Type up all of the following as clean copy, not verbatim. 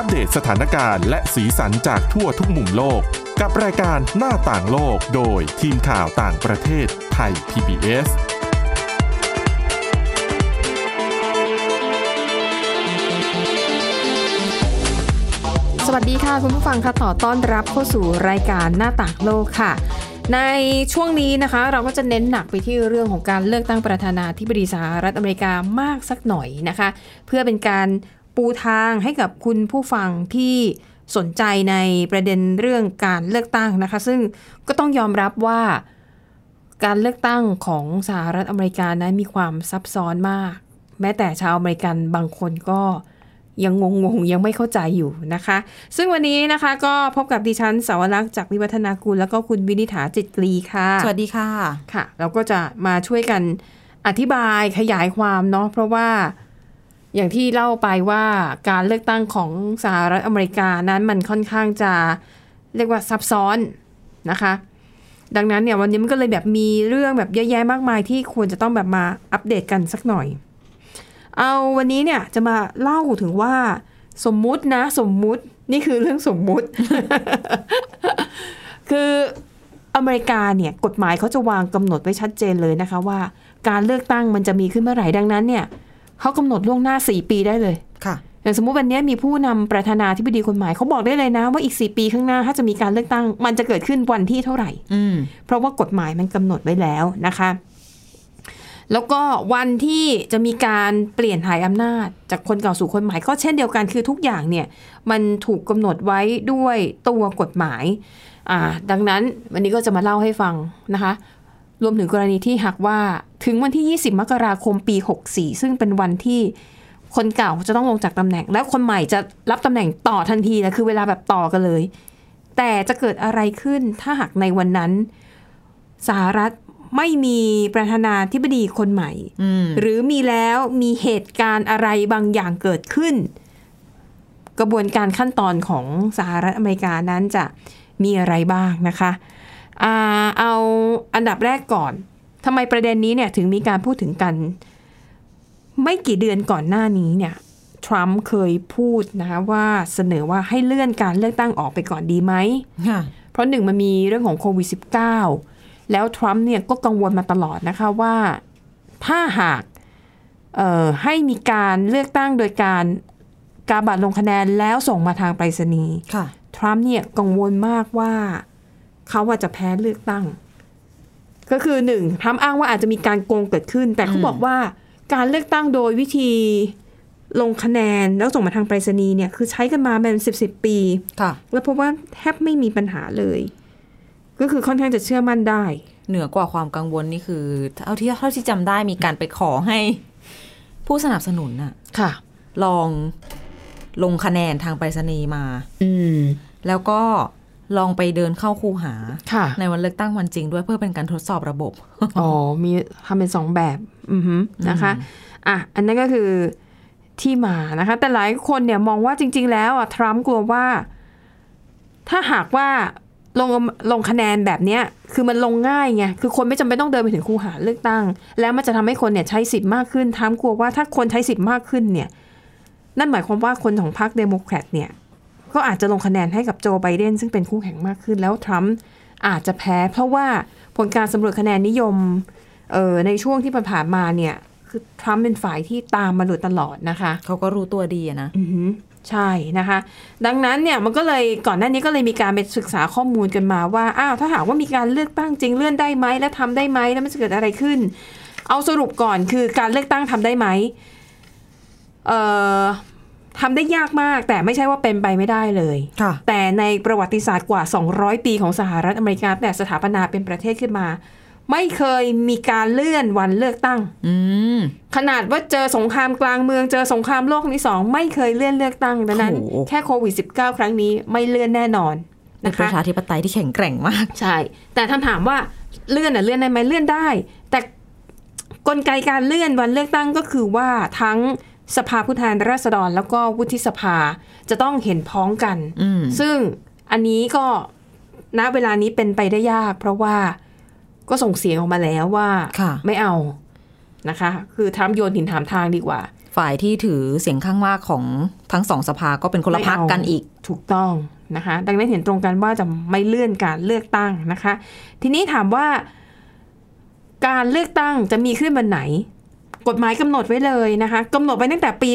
อัปเดตสถานการณ์และสีสันจากทั่วทุกมุมโลกกับรายการหน้าต่างโลกโดยทีมข่าวต่างประเทศไทย PBS สวัสดีค่ะคุณผู้ฟังค่ะต้อนรับเข้าสู่รายการหน้าต่างโลกค่ะในช่วงนี้นะคะเราก็จะเน้นหนักไปที่เรื่องของการเลือกตั้งประธานาธิบดีสหรัฐอเมริกามากสักหน่อยนะคะเพื่อเป็นการปูทางให้กับคุณผู้ฟังที่สนใจในประเด็นเรื่องการเลือกตั้งนะคะซึ่งก็ต้องยอมรับว่าการเลือกตั้งของสหรัฐอเมริกานั้นมีความซับซ้อนมากแม้แต่ชาวอเมริกันบางคนก็ยังงงยังไม่เข้าใจอยู่นะคะซึ่งวันนี้นะคะก็พบกับดิฉันสาวรักษ์จากวิวัฒนากุลแล้วก็คุณวินิษฐาจิตกรีค่ะสวัสดีค่ะค่ะเราก็จะมาช่วยกันอธิบายขยายความเนาะเพราะว่าอย่างที่เล่าไปว่าการเลือกตั้งของสหรัฐอเมริกานั้นมันค่อนข้างจะเรียกว่าซับซ้อนนะคะดังนั้นเนี่ยวันนี้มันก็เลยแบบมีเรื่องแบบเยอะแยะมากมายที่ควรจะต้องแบบมาอัปเดตกันสักหน่อยเอาวันนี้เนี่ยจะมาเล่าถึงว่าสมมุตินี่คือเรื่องสมมุติ คืออเมริกาเนี่ยกฎหมายเขาจะวางกำหนดไว้ชัดเจนเลยนะคะว่าการเลือกตั้งมันจะมีขึ้นเมื่อไหร่ดังนั้นเนี่ยเขากำหนดล่วงหน้า4ปีได้เลยค่ะอย่างสมมุติวันนี้มีผู้นำประธานาธิบดีคนใหม่เขาบอกได้เลยนะว่าอีก4ปีข้างหน้าถ้าจะมีการเลือกตั้งมันจะเกิดขึ้นวันที่เท่าไหร่เพราะว่ากฎหมายมันกำหนดไว้แล้วนะคะแล้วก็วันที่จะมีการเปลี่ยนถ่ายอำนาจจากคนเก่าสู่คนใหม่ก็เช่นเดียวกันคือทุกอย่างเนี่ยมันถูกกำหนดไว้ด้วยตัวกฎหมายดังนั้นวันนี้ก็จะมาเล่าให้ฟังนะคะรวมถึงกรณีที่หากว่าถึงวันที่20มกราคมปี64ซึ่งเป็นวันที่คนเก่าจะต้องลงจากตำแหน่งแล้วคนใหม่จะรับตำแหน่งต่อทันทีนะคือเวลาแบบต่อกันเลยแต่จะเกิดอะไรขึ้นถ้าหากในวันนั้นสหรัฐไม่มีประธานาธิบดีคนใหม่หรือมีแล้วมีเหตุการณ์อะไรบางอย่างเกิดขึ้นกระบวนการขั้นตอนของสหรัฐอเมริกานั้นจะมีอะไรบ้างนะคะเอาอันดับแรกก่อนทำไมประเด็นนี้เนี่ยถึงมีการพูดถึงกันไม่กี่เดือนก่อนหน้านี้เนี่ยทรัมป์เคยพูดนะคะว่าเสนอว่าให้เลื่อนการเลือกตั้งออกไปก่อนดีไหมเพราะมันมีเรื่องของโควิด -19แล้วทรัมป์เนี่ยก็กังวลมาตลอดนะคะว่าถ้าหากให้มีการเลือกตั้งโดยการกาบัตรลงคะแนนแล้วส่งมาทางไปรษณีย์ทรัมป์เนี่ยกังวลมากว่าเขาว่าจะแพ้เลือกตั้งก็คือ1ทรัมป์อ้างว่าอาจจะมีการโกงเกิดขึ้นแต่เขาบอกว่าการเลือกตั้งโดยวิธีลงคะแนนแล้วส่งมาทางไปรษณีย์เนี่ยคือใช้กันมาเป็น10 ปีแล้วพบว่าแทบไม่มีปัญหาเลยก็คือค่อนข้างจะเชื่อมั่นได้เหนือกว่าความกังวลนี่คือเท่าที่จำได้มีการไปขอให้ผู้สนับสนุนน่ะลองลงคะแนนทางไปรษณีย์มาแล้วก็ลองไปเดินเข้าคูหาในวันเลือกตั้งวันจริงด้วยเพื่อเป็นการทดสอบระบบอ๋อมีทำเป็น2แบบนะคะอันนั้นก็คือที่มานะคะแต่หลายคนเนี่ยมองว่าจริงๆแล้วทรัมป์กลัวว่าถ้าหากว่าลงคะแนนแบบนี้คือมันลงง่ายไงคือคนไม่จำเป็นต้องเดินไปถึงคูหาเลือกตั้งแล้วมันจะทำให้คนเนี่ยใช้สิทธิ์มากขึ้นทรัมป์กลัวว่าถ้าคนใช้สิทธิ์มากขึ้นเนี่ยนั่นหมายความว่าคนของพรรคเดโมแครตเนี่ยก็อาจจะลงคะแนนให้กับโจไบเดนซึ่งเป็นคู่แข่งมากขึ้นแล้วทรัมป์อาจจะแพ้เพราะว่าผลการสำรวจคะแนนนิยมในช่วงที่ผ่านมาเนี่ยคือทรัมป์เป็นฝ่ายที่ตามมาโดยตลอดนะคะเขาก็รู้ตัวดีนะใช่นะคะดังนั้นเนี่ยมันก็เลยก่อนหน้านี้ก็เลยมีการไปศึกษาข้อมูลกันมาว่าถ้าหากว่ามีการเลือกตั้งจริงเลื่อนได้ไหมและทำได้ไหมแล้วมันจะเกิดอะไรขึ้นเอาสรุปก่อนคือการเลือกตั้งทำได้ไหมทำได้ยากมากแต่ไม่ใช่ว่าเป็นไปไม่ได้เลยแต่ในประวัติศาสตร์กว่า200ปีของสหรัฐอเมริกาแต่สถาปนาเป็นประเทศขึ้นมาไม่เคยมีการเลื่อนวันเลือกตั้งขนาดว่าเจอสงครามกลางเมืองเจอสงครามโลกครั้งที่2ไม่เคยเลื่อนเลือกตั้งดังนั้นแค่โควิด -19 ครั้งนี้ไม่เลื่อนแน่นอนนะคะประชาธิปไตยที่แข็งแกร่งมากใช่แต่ถามว่าเลื่อนได้ไหมเลื่อนได้แต่กลไกการเลื่อนวันเลือกตั้งก็คือว่าทั้งสภาผู้แทนราษฎรแล้วก็วุฒิสภาจะต้องเห็นพ้องกันซึ่งอันนี้ก็ณเวลานี้เป็นไปได้ยากเพราะว่าก็ส่งเสียงออกมาแล้วว่าไม่เอานะคะคือทรัมป์โยนหินถามทางดีกว่าฝ่ายที่ถือเสียงข้างมากของทั้งสองสภาก็เป็นคนละพรรคกันอีกถูกต้องนะคะดังนั้นเห็นตรงกันว่าจะไม่เลื่อนการเลือกตั้งนะคะทีนี้ถามว่าการเลือกตั้งจะมีขึ้นวันไหนกฎหมายกำหนดไว้เลยนะคะกำหนดไว้ตั้งแต่ปี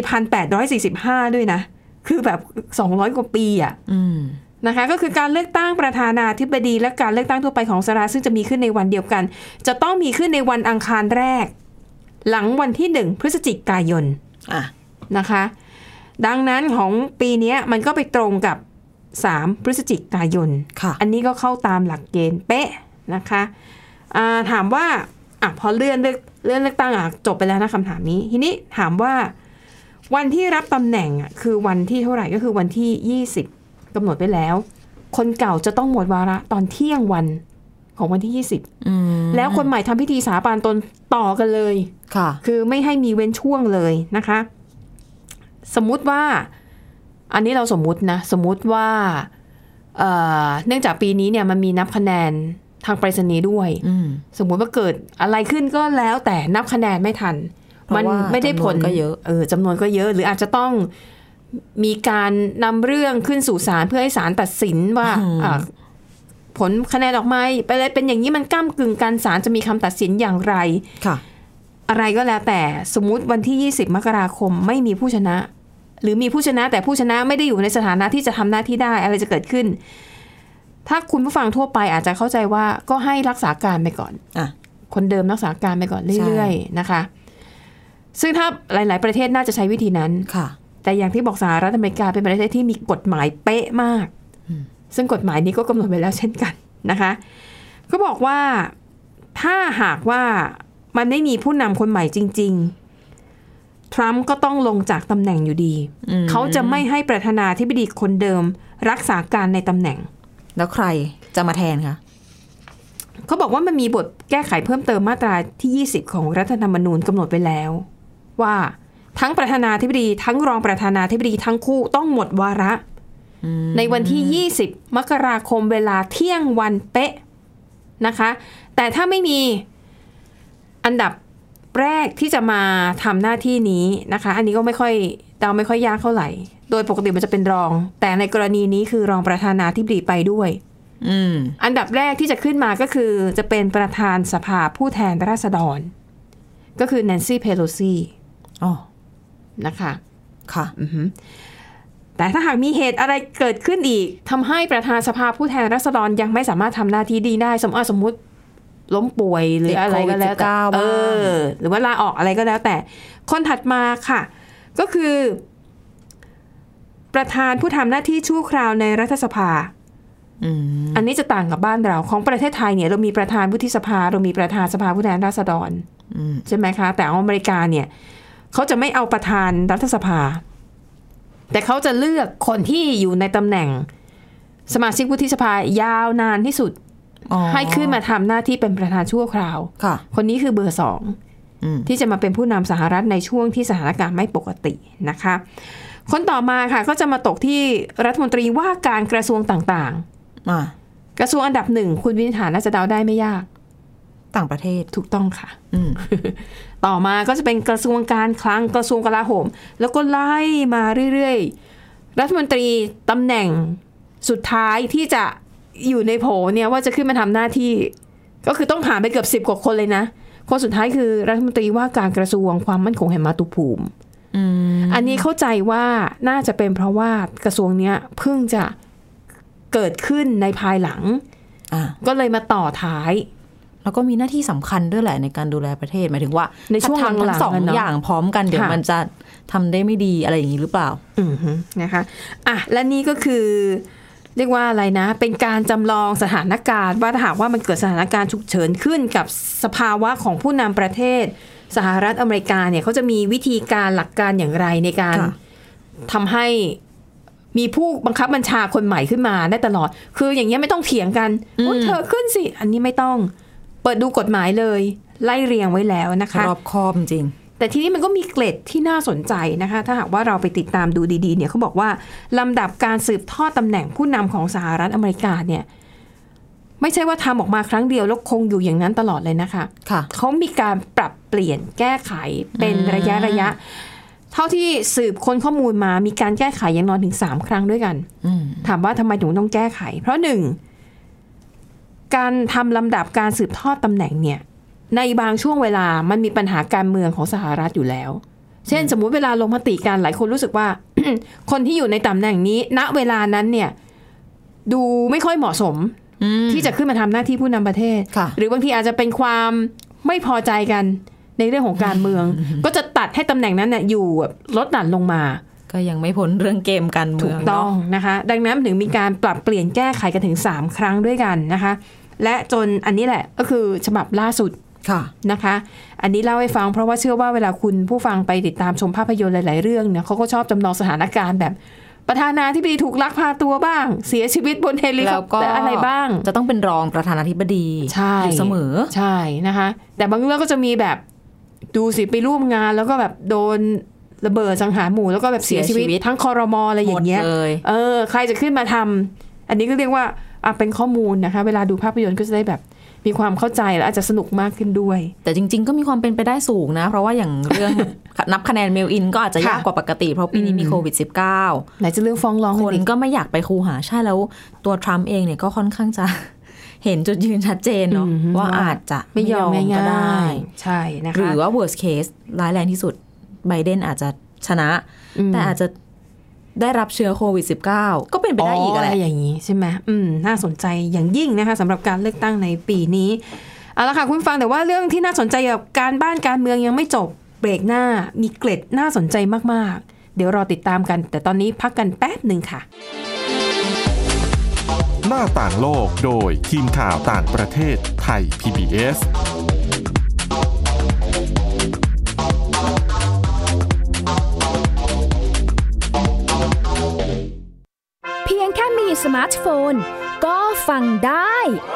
1845ด้วยนะคือแบบ200กว่าปีอ่ะนะคะก็คือการเลือกตั้งประธานาธิบดีและการเลือกตั้งทั่วไปของสหรัฐซึ่งจะมีขึ้นในวันเดียวกันจะต้องมีขึ้นในวันอังคารแรกหลังวันที่1พฤศจิกายนนะคะดังนั้นของปีนี้มันก็ไปตรงกับ3พฤศจิกายนอันนี้ก็เข้าตามหลักเกณฑ์เป๊ะนะคะถามว่าพอเลื่อนเลือกตั้งจบไปแล้วนะคำถามนี้ทีนี้ถามว่าวันที่รับตำแหน่งคือวันที่เท่าไหร่ก็คือวันที่20กำหนดไว้แล้วคนเก่าจะต้องหมดวาระตอนเที่ยงวันของวันที่20แล้วคนใหม่ทำพิธีสาบานตนต่อกันเลยคือไม่ให้มีเว้นช่วงเลยนะคะสมมุติว่าอันนี้เราสมมุตินะสมมุติว่าเนื่องจากปีนี้เนี่ยมันมีนับคะแนนทางไปรษณีย์ด้วยสมมุติว่าเกิดอะไรขึ้นก็แล้วแต่นับคะแนนไม่ทันมันไม่ได้ผลก็เยอะจำนวนก็เยอะหรืออาจจะต้องมีการนำเรื่องขึ้นสู่ศาลเพื่อให้ศาลตัดสินว่าผลคะแนนออกมาเป็นอย่างนี้มันก้ำกึ่งกันศาลจะมีคำตัดสินอย่างไรอะไรก็แล้วแต่สมมุติวันที่20มกราคมไม่มีผู้ชนะหรือมีผู้ชนะแต่ผู้ชนะไม่ได้อยู่ในสถานะที่จะทำหน้าที่ได้อะไรจะเกิดขึ้นถ้าคุณผู้ฟังทั่วไปอาจจะเข้าใจว่าก็ให้รักษาการไปก่อนคนเดิมรักษาการไปก่อนเรื่อยๆนะคะซึ่งถ้าหลายๆประเทศน่าจะใช้วิธีนั้นแต่อย่างที่บอกสหรัฐอเมริกาเป็นประเทศที่มีกฎหมายเป๊ะมากซึ่งกฎหมายนี้ก็กำหนดไว้แล้วเช่นกันนะคะก็บอกว่าถ้าหากว่ามันไม่มีผู้นำคนใหม่จริงๆทรัมป์ก็ต้องลงจากตำแหน่งอยู่ดีเขาจะไม่ให้ประธานาธิบดีคนเดิมรักษาการในตำแหน่งแล้วใครจะมาแทนคะเขาบอกว่ามันมีบทแก้ไขเพิ่มเติมมาตราที่20ของรัฐธรรมนูญกำหนดไว้แล้วว่าทั้งประธานาธิบดีทั้งรองประธานาธิบดีทั้งคู่ต้องหมดวาระในวันที่20มกราคมเวลาเที่ยงวันเป๊ะนะคะแต่ถ้าไม่มีอันดับแรกที่จะมาทำหน้าที่นี้นะคะอันนี้ก็ไม่ค่อยยากเท่าไหร่โดยปกติมันจะเป็นรองแต่ในกรณีนี้คือรองประธานาธิบดีไปด้วยอันดับแรกที่จะขึ้นมาก็คือจะเป็นประธานสภาผู้แทนราษฎรก็คือแนนซี่เพโลซีนะคะค่ะแต่ถ้าหากมีเหตุอะไรเกิดขึ้นอีกทำให้ประธานสภาผู้แทนราษฎรยังไม่สามารถทำหน้าที่ดีได้สมมติล้มป่วยหรืออะไรก็แล้วแต่หรือว่าลาออกอะไรก็แล้วแต่คนถัดมาค่ะก็คือประธานผู้ทำหน้าที่ชั่วคราวในรัฐสภาอันนี้จะต่างกับบ้านเราของประเทศไทยเนี่ยเรามีประธานวุฒิสภาเรามีประธานสภาผู้แทนราษฎรใช่ไหมคะแต่อเมริกาเนี่ยเขาจะไม่เอาประธานรัฐสภาแต่เขาจะเลือกคนที่อยู่ในตำแหน่งสมาชิกวุฒิสภายาวนานที่สุดให้ขึ้นมาทำหน้าที่เป็นประธานชั่วคราวคนนี้คือเบอร์2ที่จะมาเป็นผู้นำสหรัฐในช่วงที่สถานการณ์ไม่ปกตินะคะคนต่อมาค่ะก็จะมาตกที่รัฐมนตรีว่าการกระทรวงต่างๆกระทรวงอันดับ1คุณวินิษฐาน่าจะเดาได้ไม่ยากต่างประเทศถูกต้องค่ะต่อมาก็จะเป็นกระทรวงการคลังกระทรวงกลาโหมแล้วก็ไล่มาเรื่อยๆรัฐมนตรีตำแหน่งสุดท้ายที่จะอยู่ในโผเนี่ยว่าจะขึ้นมาทำหน้าที่ก็คือต้องผ่านไปเกือบ10กว่าคนเลยนะคนสุดท้ายคือรัฐมนตรีว่าการกระทรวงความมั่นคงแห่งมาตุภูมิอันนี้เข้าใจว่าน่าจะเป็นเพราะว่ากระทรวงเนี้ยเพิ่งจะเกิดขึ้นในภายหลังก็เลยมาต่อท้ายแล้วก็มีหน้าที่สำคัญด้วยแหละในการดูแลประเทศหมายถึงว่าในช่วงหลังทั้งสองอย่างพร้อมกันเดี๋ยวมันจะทำได้ไม่ดีอะไรอย่างนี้หรือเปล่านะคะและนี่ก็คือเรียกว่าอะไรนะเป็นการจำลองสถานการณ์ว่าถ้าหากว่ามันเกิดสถานการณ์ฉุกเฉินขึ้นกับสภาวะของผู้นำประเทศสหรัฐอเมริกาเนี่ยเขาจะมีวิธีการหลักการอย่างไรในการทำให้มีผู้บังคับบัญชาคนใหม่ขึ้นมาได้ตลอดคืออย่างเงี้ยไม่ต้องเถียงกันเธอขึ้นสิอันนี้ไม่ต้องเปิดดูกฎหมายเลยไล่เรียงไว้แล้วนะคะรอบคอบจริงแต่ทีนี้มันก็มีเกร็ดที่น่าสนใจนะคะถ้าหากว่าเราไปติดตามดูดีๆเนี่ยเขาบอกว่าลำดับการสืบทอดตำแหน่งผู้นำของสหรัฐอเมริกาเนี่ยไม่ใช่ว่าทำออกมาครั้งเดียวแล้วคงอยู่อย่างนั้นตลอดเลยนะคะเขามีการปรับเปลี่ยนแก้ไขเป็นระยะเท่าที่สืบค้นข้อมูลมามีการแก้ไขอย่างน้อยถึง3ครั้งด้วยกันถามว่าทำไมถึงต้องแก้ไขเพราะ1การทำลำดับการสืบทอดตำแหน่งเนี่ยในบางช่วงเวลามันมีปัญหาการเมืองของสหรัฐอยู่แล้วเช่นสมมุติเวลาลงมติกันหลายคนรู้สึกว่า คนที่อยู่ในตำแหน่งนี้ณเวลานั้นเนี่ยดูไม่ค่อยเหมาะสมที่จะขึ้นมาทำหน้าที่ผู้นำประเทศหรือบางทีอาจจะเป็นความไม่พอใจกันในเรื่องของการเมือง ก็จะตัดให้ตำแหน่งนั้นเนี่ยอยู่ลดหลั่นลงมาก็ยังไม่พ้นเรื่องเกมการเมืองถูกต้องนะคะดังนั้นถึงมีการปรับเปลี่ยนแก้ไขกันถึง3ครั้งด้วยกันนะคะและจนอันนี้แหละก็คือฉบับล่าสุดนะคะอันนี้เล่าให้ฟังเพราะว่าเชื่อว่าเวลาคุณผู้ฟังไปติดตามชมภาพยนตร์หลายๆเรื่องเนี่ยเขาก็ชอบจำลองสถานการณ์แบบประธานาธิบดีถูกลักพาตัวบ้างเสียชีวิตบนเฮลิคอปเตอร์อะไรบ้างจะต้องเป็นรองประธานาธิบดีอยู่เสมอใช่นะคะแต่บางเรื่องก็จะมีแบบดูสิไปร่วมงานแล้วก็แบบโดนระเบิดสังหารหมู่แล้วก็แบบเสียชีวิตทั้งครม.อะไรอย่างเงี้ยใครจะขึ้นมาทำอันนี้ก็เรียกว่าเป็นข้อมูลนะคะเวลาดูภาพยนตร์ก็จะได้แบบมีความเข้าใจและอาจจะสนุกมากขึ้นด้วยแต่จริงๆก็มีความเป็นไปได้สูงนะเพราะว่าอย่างเรื่อง นับคะแนนเมลอินก็อาจจะยากกว่าปกติเพราะปีนี้มีโควิด -19 ไหนจะเรื่องฟ้องร้องคนก็ไม่อยากไปคูหาใช่แล้วตัวทรัมป์เองเนี่ยก็ค่อนข้างจะเห็นจุดยืนชัดเจนเนาะว่าอาจจะไม่ยอมก็ได้ใช่นะคะหรือว่า worst case ร้ายแรงที่สุดไบเดนอาจจะชนะแต่อาจจะได้รับเชื้อโควิด -19 ก็เป็นไปได้อีกอะไรอย่างนี้ใช่ไหมน่าสนใจอย่างยิ่งนะคะสำหรับการเลือกตั้งในปีนี้เอาละค่ะคุณฟังแต่ว่าเรื่องที่น่าสนใจกับการบ้านการเมืองยังไม่จบเบรกหน้ามีเกร็ดน่าสนใจมากๆเดี๋ยวรอติดตามกันแต่ตอนนี้พักกันแป๊บนึงค่ะหน้าต่างโลกโดยทีมข่าวต่างประเทศไทย PBS เพียงแค่มีสมาร์ทโฟนก็ฟังได้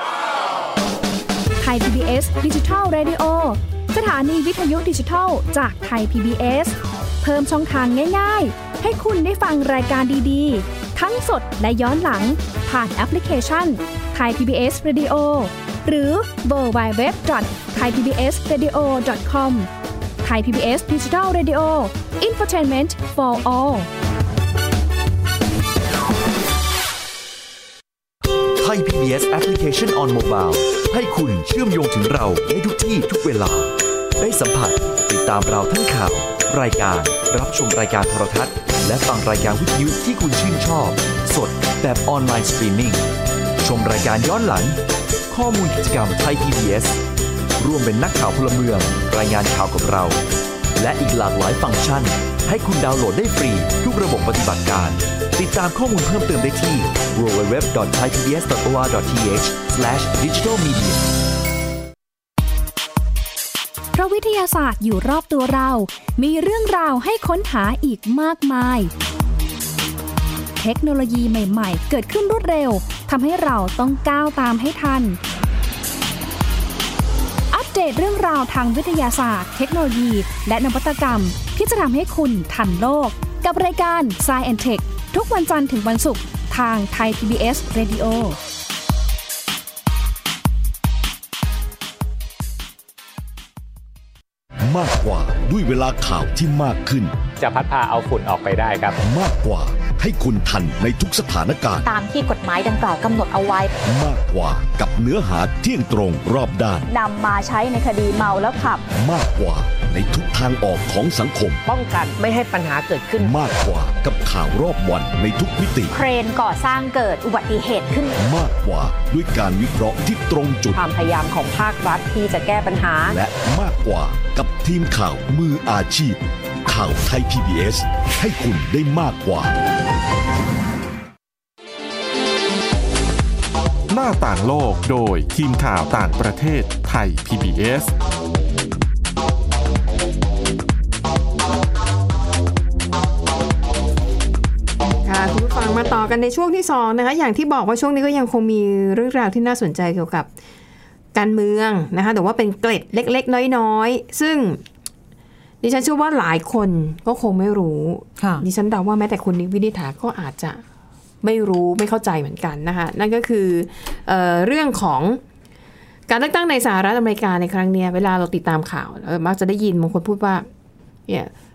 ไทย PBS Digital Radio สถานีวิทยุดิจิทัลจากไทย PBS เพิ่มช่องทางง่ายๆให้คุณได้ฟังรายการดีๆทั้งสดและย้อนหลังผ่านแอปพลิเคชัน Thai PBS Radio หรือ www.thaipbsradio.com Thai PBS Digital Radio Infotainment for all Thai PBS Application on Mobile ให้คุณเชื่อมโยงถึงเราในทุกที่ทุกเวลาได้สัมผัสติดตามเราทั้งข่าวรายการรับชมรายการโทรทัศน์และฟังรายการวิทยุที่คุณชื่นชอบสดแบบออนไลน์สตรีมมิ่งชมรายการย้อนหลังข้อมูลกิจกรรม Thai PBS ร่วมเป็นนักข่าวพลเมืองรายงานข่าวกับเราและอีกหลากหลายฟังก์ชันให้คุณดาวน์โหลดได้ฟรีทุกระบบปฏิบัติการติดตามข้อมูลเพิ่มเติมได้ที่ www.thaipbs.or.th/digitalmedia เพราะวิทยาศาสตร์อยู่รอบตัวเรามีเรื่องราวให้ค้นหาอีกมากมายเทคโนโลยีใหม่ๆเกิดขึ้นรวดเร็วทำให้เราต้องก้าวตามให้ทันอัปเดตเรื่องราวทางวิทยาศาสตร์เทคโนโลยีและนวัตกรรมที่จะทำให้คุณทันโลกกับรายการ Science and Tech ทุกวันจันทร์ถึงวันศุกร์ทาง Thai PBS Radio มากกว่าด้วยเวลาข่าวที่มากขึ้นจะพัดพาเอาฝุ่นออกไปได้ครับมากกว่าให้คุณทันในทุกสถานการณ์ตามที่กฎหมายดังกล่าวกำหนดเอาไว้มากกว่ากับเนื้อหาเที่ยงตรงรอบด้านนำมาใช้ในคดีเมาแล้วขับมากกว่าในทุกทางออกของสังคมป้องกันไม่ให้ปัญหาเกิดขึ้นมากกว่ากับข่าวรอบวันในทุกมิติเครนก่อสร้างเกิดอุบัติเหตุขึ้นมากกว่าด้วยการวิเคราะห์ที่ตรงจุดความพยายามของภาครัฐที่จะแก้ปัญหาและมากกว่ากับทีมข่าวมืออาชีพข่าวไทย PBS ให้คุณได้มากกว่าหน้าต่างโลกโดยทีมข่าวต่างประเทศไทย PBS คุณผู้ฟังมาต่อกันในช่วงที่2นะคะอย่างที่บอกว่าช่วงนี้ก็ยังคงมีเรื่องราวที่น่าสนใจเกี่ยวกับการเมืองนะคะแต่ว่าเป็นเกร็ดเล็กๆน้อยๆซึ่งดิฉันเชื่อว่าหลายคนก็คงไม่รู้ดิฉันเดาว่าแม้แต่คุณนิวินิษฐาก็อาจจะไม่รู้ไม่เข้าใจเหมือนกันนะคะนั่นก็คือเรื่องของการเลือกตั้งในสหรัฐอเมริกาในครั้งนี้เวลาเราติดตามข่าวมักจะได้ยินบางคนพูดว่าเนี่ย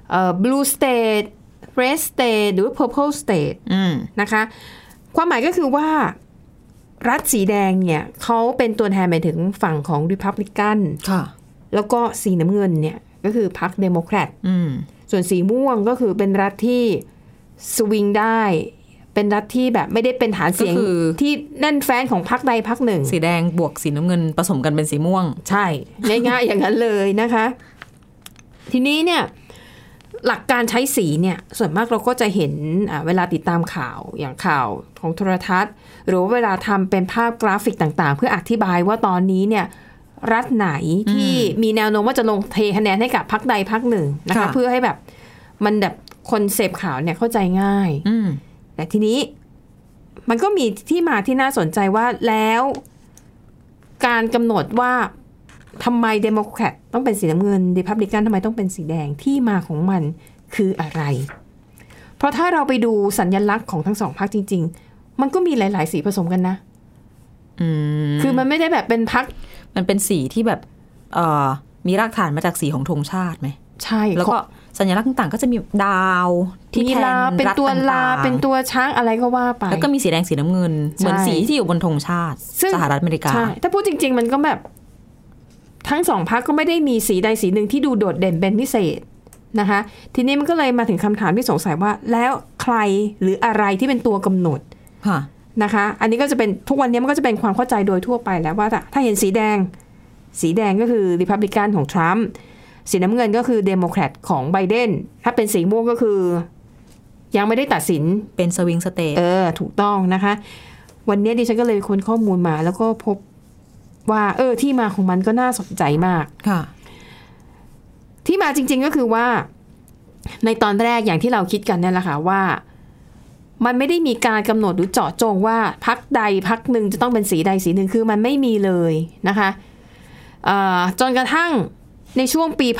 blue state red state หรือ purple state นะคะความหมายก็คือว่ารัฐสีแดงเนี่ยเขาเป็นตัวแทนหมายถึงฝั่งของ Republican ค่ะแล้วก็สีน้ำเงินเนี่ยก็คือพรรคเดโมแครตส่วนสีม่วงก็คือเป็นรัฐที่สวิงได้เป็นรัฐที่แบบไม่ได้เป็นฐานเสียงที่แน่นแฟ้นของพรรคใดพรรคหนึ่งสีแดงบวกสีน้ำเงินผสมกันเป็นสีม่วงใช่ง่ายๆอย่างนั้นเลยนะคะทีนี้เนี่ยหลักการใช้สีเนี่ยส่วนมากเราก็จะเห็นเวลาติดตามข่าวอย่างข่าวของโทรทัศน์หรือเวลาทำเป็นภาพกราฟิกต่างๆเพื่ออธิบายว่าตอนนี้เนี่ยรัฐไหนที่มีแนวโน้มว่าจะลงเทคะแนนให้กับพรรคใดพรรคหนึ่งนะคะเพื่อให้แบบมันแบบคนเสพข่าวเนี่ยเข้าใจง่ายแต่ทีนี้มันก็มีที่มาที่น่าสนใจว่าแล้วการกำหนดว่าทำไมเดโมแครตต้องเป็นสีน้ำเงินรีพับลิกันทำไมต้องเป็นสีแดงที่มาของมันคืออะไรเพราะถ้าเราไปดูสัญลักษณ์ของทั้งสองพรรคจริงๆมันก็มีหลายๆสีผสมกันนะคือมันไม่ได้แบบเป็นพรรคมันเป็นสีที่แบบมีรากฐานมาจากสีของธงชาติไหมใช่แล้วก็สัญลักษณ์ต่างๆก็จะมีดาวที่แทนเป็นตัวลาเป็นตัวช้างอะไรก็ว่าไปแล้วก็มีสีแดงสีน้ำเงินเหมือนสีที่อยู่บนธงชาติสหรัฐอเมริกาใช่ถ้าพูดจริงๆมันก็แบบทั้งสองพรรคก็ไม่ได้มีสีใดสีหนึ่งที่ดูโดดเด่นเป็นพิเศษนะคะทีนี้มันก็เลยมาถึงคำถามที่สงสัยว่าแล้วใครหรืออะไรที่เป็นตัวกำหนดนะคะอันนี้ก็จะเป็นทุกวันนี้มันก็จะเป็นความเข้าใจโดยทั่วไปแล้วว่าถ้าเห็นสีแดงก็คือริพับลิกันของทรัมป์สีน้ำเงินก็คือเดโมแครตของไบเดนถ้าเป็นสีม่วงก็คือยังไม่ได้ตัดสินเป็นสวิงสเตทถูกต้องนะคะวันนี้ดิฉันก็เลยค้นข้อมูลมาแล้วก็พบว่าที่มาของมันก็น่าสนใจมากค่ะที่มาจริงๆก็คือว่าในตอนแรกอย่างที่เราคิดกันเนี่ยแหละค่ะว่ามันไม่ได้มีการกำหนดหรือเจาะจงว่าพรรคใดพรรคหนึ่งจะต้องเป็นสีใดสีหนึ่งคือมันไม่มีเลยนะคะจนกระทั่งในช่วงปี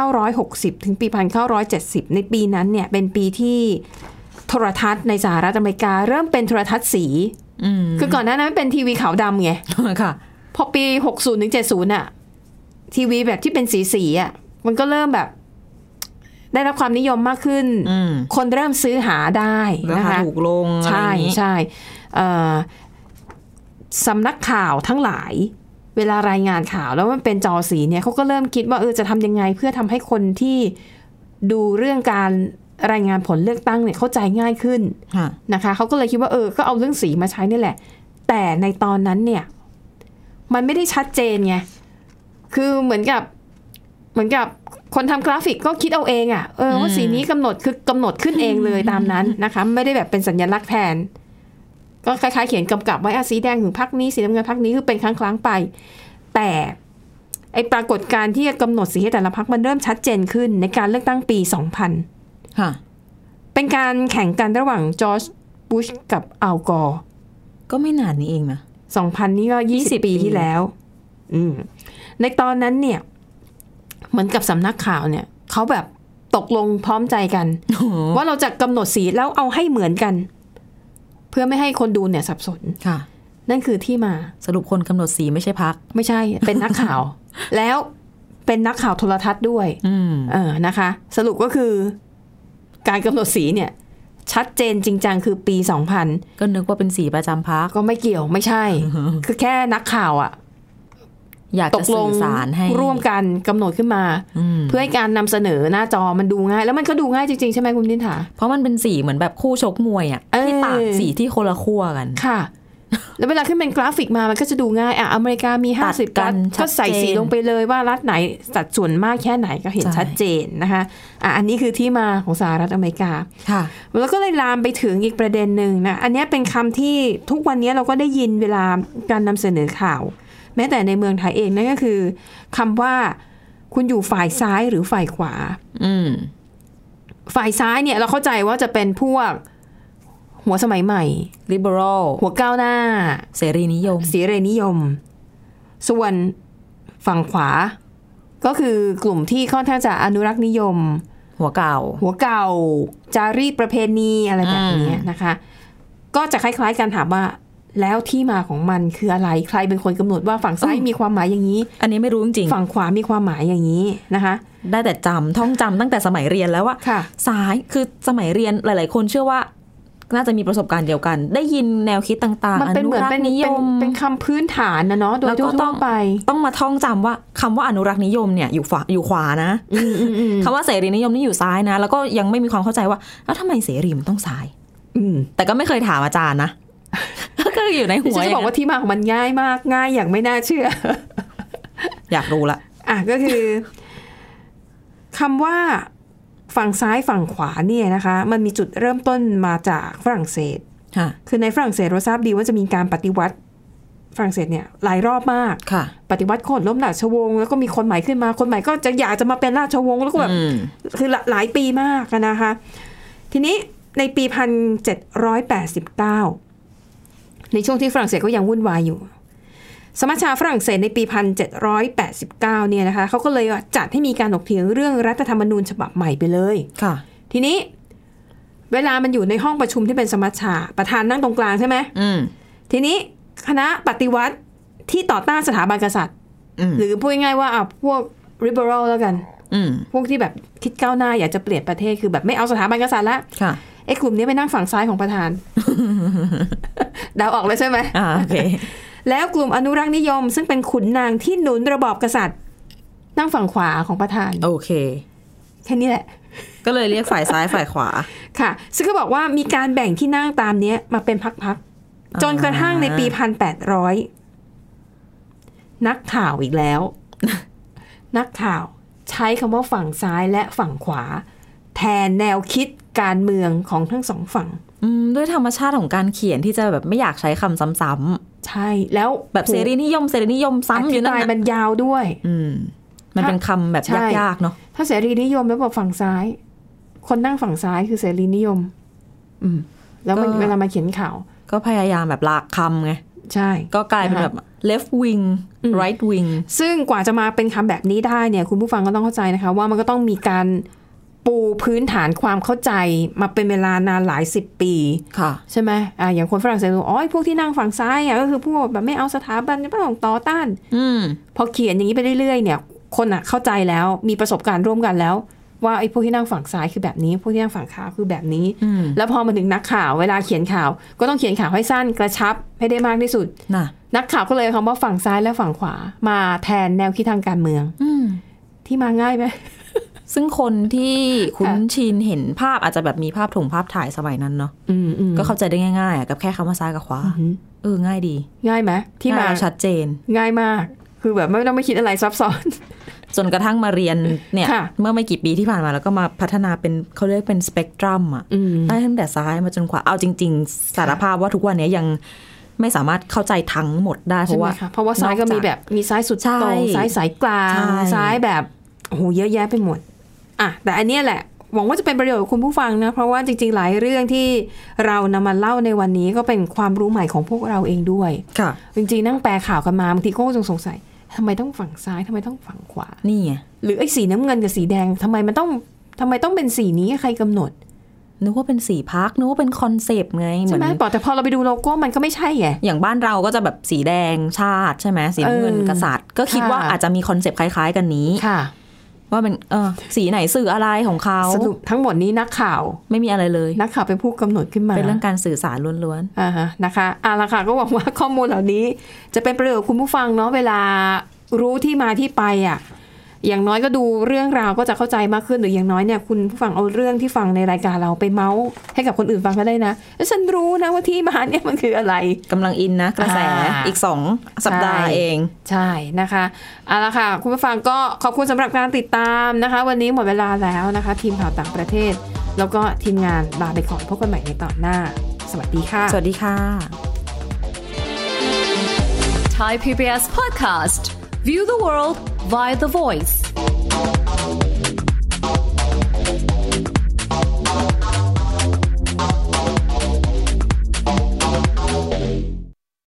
1960ถึงปี1970ในปีนั้นเนี่ยเป็นปีที่โทรทัศน์ในสหรัฐอเมริกาเริ่มเป็นโทรทัศน์สีคือก่อนหน้านั้นเป็นทีวีขาวดำไงค่ะพอปี60ถึง70น่ะทีวีแบบที่เป็นสีอ่ะมันก็เริ่มแบบได้รับความนิยมมากขึ้นคนเริ่มซื้อหาได้นะคะถูกลงใช่ใช่สำนักข่าวทั้งหลายเวลารายงานข่าวแล้วมันเป็นจอสีเนี่ยเขาก็เริ่มคิดว่าจะทำยังไงเพื่อทำให้คนที่ดูเรื่องการรายงานผลเลือกตั้งเนี่ยเข้าใจง่ายขึ้นนะคะเขาก็เลยคิดว่าก็เอาเรื่องสีมาใช้นี่แหละแต่ในตอนนั้นเนี่ยมันไม่ได้ชัดเจนไงคือเหมือนกับคนทำกราฟิกก็คิดเอาเองว่าสีนี้กำหนดขึ้นเองเลยตามนั้นนะคะไม่ได้แบบเป็นสัญลักษณ์แทนก็คล้ายๆเขียนกำกับไว้สีแดงถึงพรรคนี้สีน้ำเงินพรรคนี้คือเป็นครั้งๆไปแต่ไอปรากฏการณ์ที่จะกำหนดสีให้แต่ละพรรคมันเริ่มชัดเจนขึ้นในการเลือกตั้งปี2000 ค่ะเป็นการแข่งกันระหว่างจอร์จบุชกับอัลกอร์ก็ไม่นานนี้เองนะ 2000นี่ก็20 ปีที่แล้วในตอนนั้นเนี่ยเหมือนกับสำนักข่าวเนี่ยเขาแบบตกลงพร้อมใจกันว่าเราจะกำหนดสีแล้วเอาให้เหมือนกันเพื่อไม่ให้คนดูเนี่ยสับสนค่ะนั่นคือที่มาสรุปคนกำหนดสีไม่ใช่พรรคไม่ใช่เป็นนักข่าว แล้วเป็นนักข่าวโทรทัศน์ด้วยนะคะสรุปก็คือการกำหนดสีเนี่ยชัดเจนจริงจังคือปี2000 ก็นึกว่าเป็นสีประจำพรรคก็ไม่เกี่ยวไม่ใช่ คือแค่นักข่าวอยากจะสื่อสารให้ร่วมกันกำหนดขึ้นมาเพื่อให้การนำเสนอหน้าจอมันดูง่ายแล้วมันก็ดูง่ายจริงๆใช่ไหมคุณนิถาเพราะมันเป็นสีเหมือนแบบคู่ชกมวยที่ต่างสีที่คนละขั้วกันค่ะแล้วเวลาขึ้นเป็นกราฟิกมามันก็จะดูง่ายอเมริกามี50รัฐก็ใส่สีลงไปเลยว่ารัฐไหนสัดส่วนมากแค่ไหนก็เห็นชัดเจนนะคะอันนี้คือที่มาของสหรัฐอเมริกาค่ะแล้วก็เลยลามไปถึงอีกประเด็นหนึ่งนะอันนี้เป็นคำที่ทุกวันนี้เราก็ได้ยินเวลาการนำเสนอข่าวแม้แต่ในเมืองไทยเองนั่นก็คือคำว่าคุณอยู่ฝ่ายซ้ายหรือฝ่ายขวาฝ่ายซ้ายเนี่ยเราเข้าใจว่าจะเป็นพวกหัวสมัยใหม่ liberal หัวก้าวหน้าเสรีนิยมส่วนฝั่งขวาก็คือกลุ่มที่ค่อนข้างจะอนุรักษ์นิยมหัวเก่าจารีตประเพณีอะไรแบบนี้นะคะก็จะคล้ายๆกันถามว่าแล้วที่มาของมันคืออะไรใครเป็นคนกำหนดว่าฝั่งซ้ายมีความหมายอย่างนี้อันนี้ไม่รู้จริงๆฝั่งขวามีความหมายอย่างนี้นะคะได้แต่ท่องจำตั้งแต่สมัยเรียนแล้วว่าซ้ายคือสมัยเรียนหลายๆคนเชื่อว่าน่าจะมีประสบการณ์เดียวกันได้ยินแนวคิดต่างๆมันเป็นเหมือนเป็นคำพื้นฐานนะเนาะโดยทั่วไปต้องมาท่องจำว่าคำว่าอนุรักษ์นิยมเนี่ยอยู่ขวานะคำว่าเสรีนิยมนี่อยู่ซ้ายนะแล้วก็ยังไม่มีความเข้าใจว่าแล้วทำไมเสรีมันต้องซ้ายแต่ก็ไม่เคยถามอาจารย์นะก็อยู่ในหัวจะบอกว่าที่มาของมันง่ายมากง่ายอย่างไม่น่าเชื่ออยากรู้ละก็คือคำว่าฝั่งซ้ายฝั่งขวาเนี่ยนะคะมันมีจุดเริ่มต้นมาจากฝรั่งเศสคือในฝรั่งเศสเราทราบดีว่าจะมีการปฏิวัติฝรั่งเศสเนี่ยหลายรอบมากปฏิวัติโค่นล้มราชวงศ์แล้วก็มีคนใหม่ขึ้นมาคนใหม่ก็จะอยากจะมาเป็นราชวงศ์แล้วก็แบบคือหลายปีมากนะคะทีนี้ในปี1789ในช่วงที่ฝรั่งเศสก็ยังวุ่นวายอยู่สมัชชาฝรั่งเศสในปี1789เนี่ยนะคะเขาก็เลยจัดให้มีการถกเถียงเรื่องรัฐธรรมนูญฉบับใหม่ไปเลยทีนี้เวลามันอยู่ในห้องประชุมที่เป็นสมัชชาประธานนั่งตรงกลางใช่ไหมทีนี้คณะปฏิวัติที่ต่อต้านสถาบันกษัตริย์หรือพูดง่ายๆว่าพวก liberal แล้วกันพวกที่แบบคิดก้าวหน้าอยากจะเปลี่ยนประเทศคือแบบไม่เอาสถาบันกษัตริย์ละไอ้กลุ่มนี้ไปนั่งฝั่งซ้ายของประธานเดาออกเลยใช่ไหมโอเคแล้วกลุ่มอนุรักษ์นิยมซึ่งเป็นขุนนางที่หนุนระบอบกษัตริย์นั่งฝั่งขวาของประธานโอเคแค่นี้แหละก็เลยเรียกฝ่ายซ้ายฝ่ายขวาค่ะซึ่งก็บอกว่ามีการแบ่งที่นั่งตามนี้มาเป็นพรรคๆจนกระทั่งในปี1800นักข่าวอีกแล้วนักข่าวใช้คำว่าฝั่งซ้ายและฝั่งขวาแทนแนวคิดการเมืองของทั้งสองฝั่งด้วยธรรมชาติของการเขียนที่จะแบบไม่อยากใช้คำซ้ำๆใช่แล้วแบบเสรีนิยมซ้ำอยู่นั่นมันยาวด้วยมันเป็นคำแบบยากๆเนาะถ้าเสรีนิยมแล้วบอกฝั่งซ้ายคนนั่งฝั่งซ้ายคือเสรีนิยมแล้วเวลามาเขียนข่าวก็พยายามแบบลากคำไงใช่ก็กลายเป็นแบบ left wing right wing ซึ่งกว่าจะมาเป็นคำแบบนี้ได้เนี่ยคุณผู้ฟังก็ต้องเข้าใจนะคะว่ามันก็ต้องมีการปูพื้นฐานความเข้าใจมาเป็นเวลานานหลาย10 ปีใช่ไหมอย่างคนฝรั่งเศสบอกพวกที่นั่งฝั่งซ้ายก็คือพวกแบบไม่เอาสถาบันไม่ต้องต่อต้านพอเขียนอย่างนี้ไปเรื่อยๆเนี่ยคนเข้าใจแล้วมีประสบการณ์ร่วมกันแล้วว่าไอ้พวกที่นั่งฝั่งซ้ายคือแบบนี้พวกที่นั่งฝั่งขวาคือแบบนี้แล้วพอมาถึงนักข่าวเวลาเขียนข่าวก็ต้องเขียนข่าวให้สั้นกระชับให้ได้มากที่สุดนักข่าวก็เลยคำว่าฝั่งซ้ายและฝั่งขวามาแทนแนวคิดทางการเมืองที่มาง่ายไหมซึ่งคนที่คุ้นชินเห็นภาพอาจจะแบบมีภาพถ่ายสมัยนั้นเนาะก็เข้าใจได้ง่ายๆกับแค่คำว่าซ้ายกับขวาง่ายดีง่ายไหมที่มาชัดเจนง่ายมากคือแบบไม่ต้องไม่คิดอะไรซับซ้อนจนกระทั่งมาเรียนเนี่ยเมื่อไม่กี่ปีที่ผ่านมาแล้วก็มาพัฒนาเป็นเขาเรียกเป็นสเปกตรัมได้ตั้งแต่ซ้ายมาจนขวาเอาจริงๆสารภาพว่าทุกวันนี้ยังไม่สามารถเข้าใจทั้งหมดได้เพราะว่าซ้ายก็มีแบบมีซ้ายสุดตรงซ้ายสายกลางซ้ายแบบโอ้โหเยอะแยะไปหมดแต่อันนี้แหละหวังว่าจะเป็นประโยชน์กับคุณผู้ฟังนะเพราะว่าจริงๆหลายเรื่องที่เรานำมาเล่าในวันนี้ก็เป็นความรู้ใหม่ของพวกเราเองด้วยจริงๆนั่งแปลข่าวกันมาบางทีก็สงสัยทำไมต้องฝั่งซ้ายทำไมต้องฝั่งขวานี่ไงหรือไอ้สีน้ำเงินกับสีแดงทำไมต้องเป็นสีนี้ใครกำหนดนึกว่าเป็นสีพรรคนึกว่าเป็นคอนเซปต์ไงใช่ไหมแต่พอเราไปดูโลโก้มันก็ไม่ใช่ไงอย่างบ้านเราก็จะแบบสีแดงชาติใช่ไหมสีน้ำเงินกษัตริย์ก็คิดว่าอาจจะมีคอนเซปต์คล้ายๆกันนี้ว่าเป็นสีไหนสื่ออะไรของเขาสรุปทั้งหมดนี้นักข่าวไม่มีอะไรเลยนักข่าวเป็นผู้กำหนดขึ้นมาเป็นเรื่องการสื่อสารล้วนๆนะคะละค่ะก็หวังว่าข้อมูลเหล่านี้จะเป็นประโยชน์กับคุณผู้ฟังเนาะเวลารู้ที่มาที่ไปอย่างน้อยก็ดูเรื่องราวก็จะเข้าใจมากขึ้นหรืออย่างน้อยเนี่ยคุณผู้ฟังเอาเรื่องที่ฟังในรายการเราไปเมาส์ให้กับคนอื่นฟังก็ได้นะแล้วฉันรู้นะว่าที่มาเนี่ยมันคืออะไรกำลังอินนะกระแสอีก2 สัปดาห์เองใช่นะคะละค่ะคุณผู้ฟังก็ขอบคุณสำหรับการติดตามนะคะวันนี้หมดเวลาแล้วนะคะทีมข่าวต่างประเทศแล้วก็ทีมงานลาไปก่อนพบกันใหม่ในตอนหน้าสวัสดีค่ะสวัสดีค่ะ Thai PBS Podcast View the world via the voice